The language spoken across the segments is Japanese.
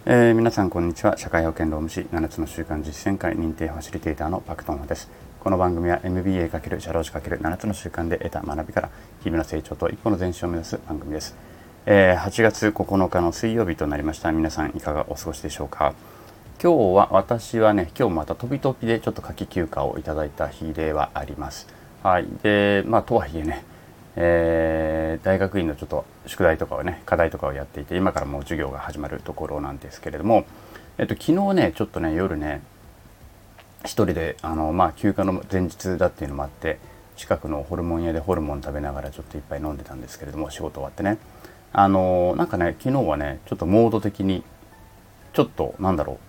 皆さんこんにちは。社会保険労務士7つの習慣実践会認定ファシリテーターのパクトンホです。この番組は MBA× 社労士 ×7 つの習慣で得た学びから日々の成長と一歩の前進を目指す番組です。8月9日の水曜日となりました。皆さんいかがお過ごしでしょうか。今日は私はね、今日また飛び飛びでちょっと夏季休暇をいただいた日ではあります。はい。で、とはいえね、大学院のちょっと宿題とかをね、課題とかをやっていて、今からもう授業が始まるところなんですけれども、昨日ね、ちょっとね、夜ね、一人で休暇の前日だっていうのもあって、近くのホルモン屋でホルモン食べながらちょっと一杯飲んでたんですけれども、仕事終わってね、なんかね、昨日はね、ちょっとモード的にちょっとなんだろ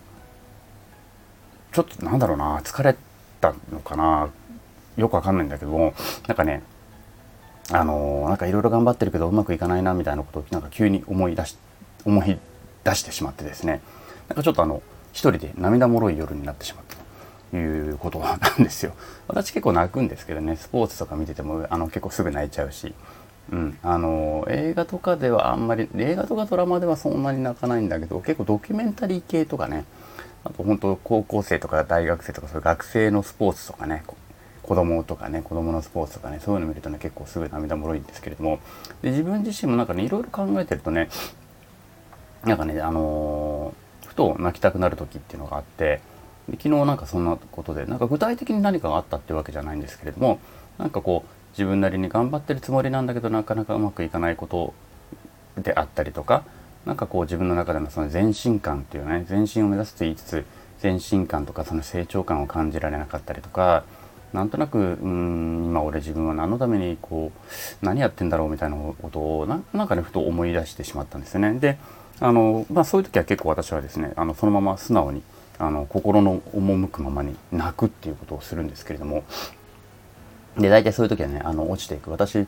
うな、疲れたのかな、よくわかんないんだけども、なんかね、なんかいろいろ頑張ってるけどうまくいかないなみたいなことをなんか急に思い出してしまってですね、なんかちょっと一人で涙もろい夜になってしまったということなんですよ。私結構泣くんですけどね、スポーツとか見てても結構すぐ泣いちゃうし、映画とかではあんまり、映画とかドラマではそんなに泣かないんだけど、結構ドキュメンタリー系とかね、あと本当高校生とか大学生とかそういう学生のスポーツとかね、子供とかね、子供のスポーツとかね、そういうの見るとね、結構すぐ涙もろいんですけれども、で自分自身もなんかね、いろいろ考えてるとね、なんかね、ふと泣きたくなる時っていうのがあって、で昨日なんかそんなことで、なんか具体的に何かがあったっていうわけじゃないんですけれども、なんかこう自分なりに頑張ってるつもりなんだけど、なかなかうまくいかないことであったりとか、なんかこう自分の中でのその前進感っていうね、前進を目指すと言いつつ前進感とかその成長感を感じられなかったりとか、なんとなく今俺自分は何のためにこう何やってんだろうみたいなことをなんかね、ふと思い出してしまったんですよね。でそういう時は結構私はですね、そのまま素直に心の赴くままに泣くっていうことをするんですけれども、で大体そういう時はね、落ちていく、私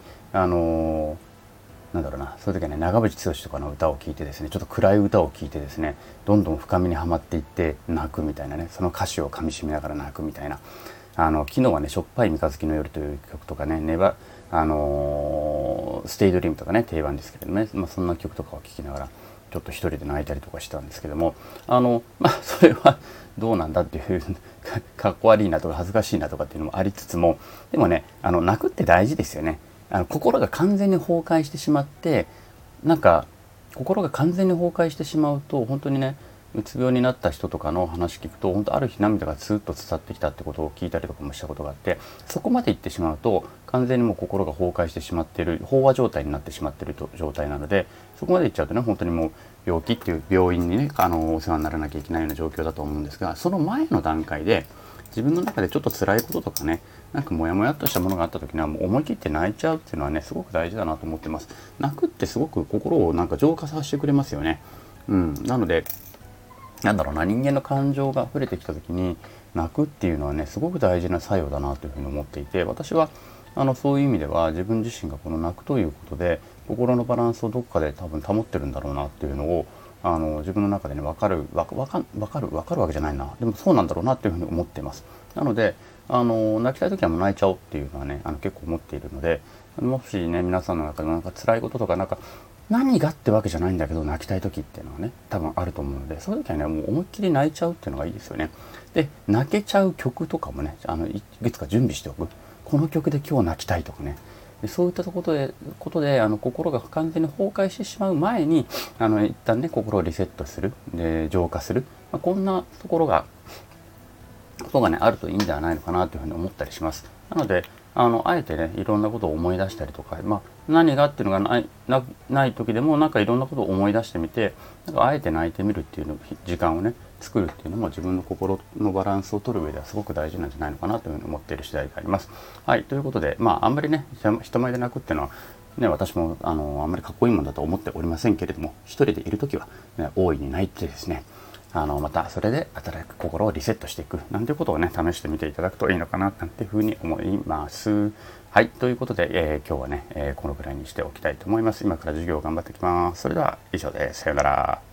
なんだろうな、そういう時はね、長渕剛とかの歌を聴いてですね、ちょっと暗い歌を聴いてですね、どんどん深みにはまっていって泣くみたいなね、その歌詞をかみしめながら泣くみたいな、昨日はね、しょっぱい三日月の夜という曲とかね、ステイドリームとかね、定番ですけれどもね、そんな曲とかを聴きながら、ちょっと一人で泣いたりとかしたんですけども、それはどうなんだっていうかっこ悪いなとか恥ずかしいなとかっていうのもありつつも、でもね、泣くって大事ですよね。心が完全に崩壊してしまって、なんか心が完全に崩壊してしまうと、本当にね、うつ病になった人とかの話聞くと、本当ある日涙がスーッと伝ってきたってことを聞いたりとかもしたことがあって、そこまで行ってしまうと完全にもう心が崩壊してしまっている、飽和状態になってしまっている状態なので、そこまで行っちゃうとね、本当にもう病気っていう病院にね、お世話にならなきゃいけないような状況だと思うんですが、その前の段階で自分の中でちょっと辛いこととかね、なんかモヤモヤっとしたものがあった時にはもう思い切って泣いちゃうっていうのはね、すごく大事だなと思ってます。泣くってすごく心をなんか浄化させてくれますよね。なので、なんだろうな、人間の感情が溢れてきた時に泣くっていうのはね、すごく大事な作用だなというふうに思っていて、私はそういう意味では自分自身がこの泣くということで心のバランスをどこかで多分保ってるんだろうなっていうのを自分の中でね、分かるわけじゃないな、でもそうなんだろうなっていうふうに思っています。なので泣きたい時はもう泣いちゃおうっていうのはね、結構思っているので、もしね、皆さんの中でなんか辛いこととか、なんか何がってわけじゃないんだけど泣きたい時っていうのはね、多分あると思うので、そういう時はね、もう思いっきり泣いちゃうっていうのがいいですよね。で泣けちゃう曲とかもね、いくつか準備しておく。この曲で今日泣きたいとかね、でそういったことで心が完全に崩壊してしまう前に一旦ね、心をリセットする、で浄化する、こんなことがね、あるといいんではないのかなというふうに思ったりします。なのであえてね、いろんなことを思い出したりとか、何がっていうのがない時でも、なんかいろんなことを思い出してみて、なんかあえて泣いてみるっていうの時間をね作るっていうのも、自分の心のバランスを取る上ではすごく大事なんじゃないのかなというふうに思っている次第であります。はい、ということで、あんまりね、人前で泣くっていうのはね、私もあんまりかっこいいものだと思っておりませんけれども、一人でいる時は、ね、大いに泣いてですね、またそれで働く心をリセットしていくなんていうことをね、試してみていただくといいのかななんていうふうに思います。はい、ということで、今日はね、このぐらいにしておきたいと思います。今から授業を頑張ってきます。それでは以上です。さようなら。